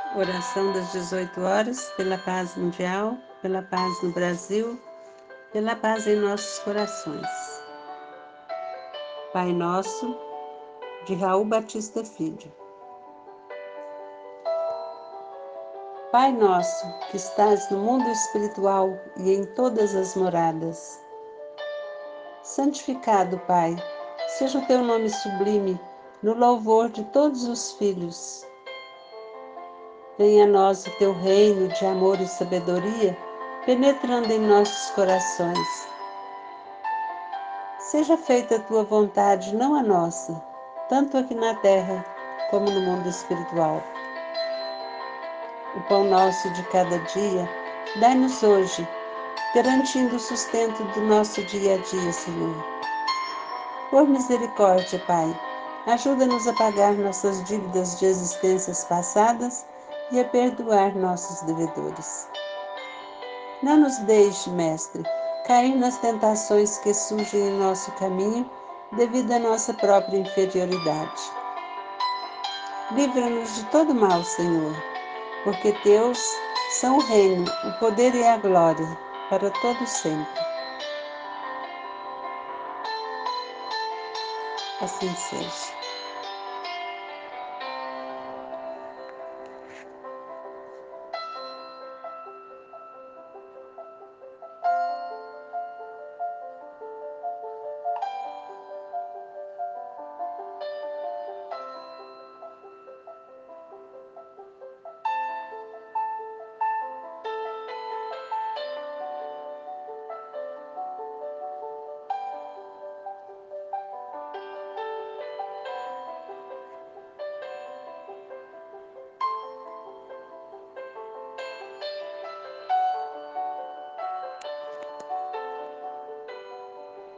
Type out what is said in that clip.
Oração das 18 horas, pela paz mundial, pela paz no Brasil, pela paz em nossos corações. Pai Nosso, de Raul Batista Filho. Pai nosso, que estás no mundo espiritual e em todas as moradas, santificado, Pai, seja o teu nome sublime no louvor de todos os filhos. Venha a nós o teu reino de amor e sabedoria, penetrando em nossos corações. Seja feita a tua vontade, não a nossa, tanto aqui na terra como no mundo espiritual. O pão nosso de cada dia, dai-nos hoje, garantindo o sustento do nosso dia a dia, Senhor. Por misericórdia, Pai, ajuda-nos a pagar nossas dívidas de existências passadas e a perdoar nossos devedores. Não nos deixe, Mestre, cair nas tentações que surgem em nosso caminho devido à nossa própria inferioridade. Livra-nos de todo mal, Senhor, porque teus são o reino, o poder e a glória, para todo sempre. Assim seja.